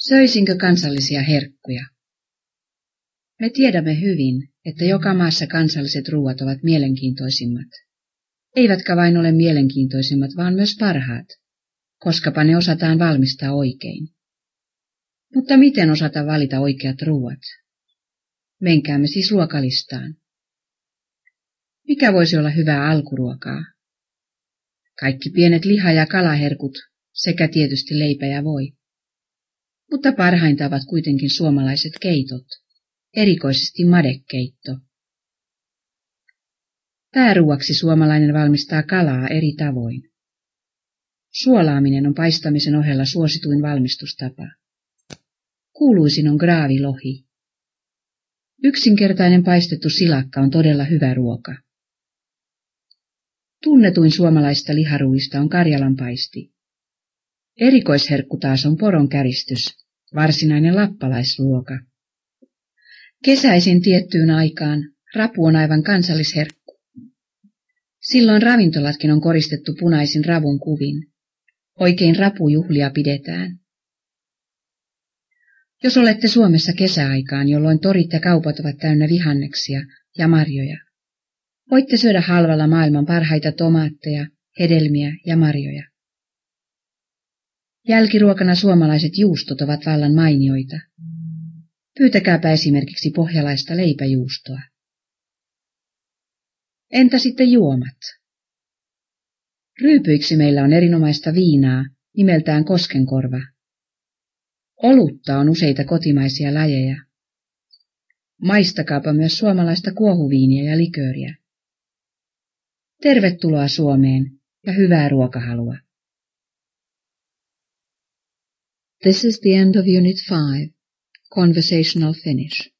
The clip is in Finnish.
Söisinkö kansallisia herkkuja? Me tiedämme hyvin, että joka maassa kansalliset ruuat ovat mielenkiintoisimmat. Eivätkä vain ole mielenkiintoisimmat, vaan myös parhaat, koskapa ne osataan valmistaa oikein. Mutta miten osata valita oikeat ruuat? Menkäämme siis ruokalistaan. Mikä voisi olla hyvää alkuruokaa? Kaikki pienet liha- ja kalaherkut sekä tietysti leipä ja voi. Mutta parhainta ovat kuitenkin suomalaiset keitot, erikoisesti madekeitto. Pääruuaksi suomalainen valmistaa kalaa eri tavoin. Suolaaminen on paistamisen ohella suosituin valmistustapa. Kuuluisin on graavilohi. Yksinkertainen paistettu silakka on todella hyvä ruoka. Tunnetuin suomalaista liharuuista on karjalanpaisti. Erikoisherkku taas on poron käristys, varsinainen lappalaisruoka. Kesäisin tiettyyn aikaan rapu on aivan kansallisherkku. Silloin ravintolatkin on koristettu punaisin ravun kuvin. Oikein rapujuhlia pidetään. Jos olette Suomessa kesäaikaan, jolloin torit ja kaupat ovat täynnä vihanneksia ja marjoja, voitte syödä halvalla maailman parhaita tomaatteja, hedelmiä ja marjoja. Jälkiruokana suomalaiset juustot ovat vallan mainioita. Pyytäkääpä esimerkiksi pohjalaista leipäjuustoa. Entä sitten juomat? Ryypyiksi meillä on erinomaista viinaa, nimeltään Koskenkorva. Olutta on useita kotimaisia lajeja. Maistakaapa myös suomalaista kuohuviiniä ja likööriä. Tervetuloa Suomeen ja hyvää ruokahalua. This is the end of Unit 5, Conversational Finnish.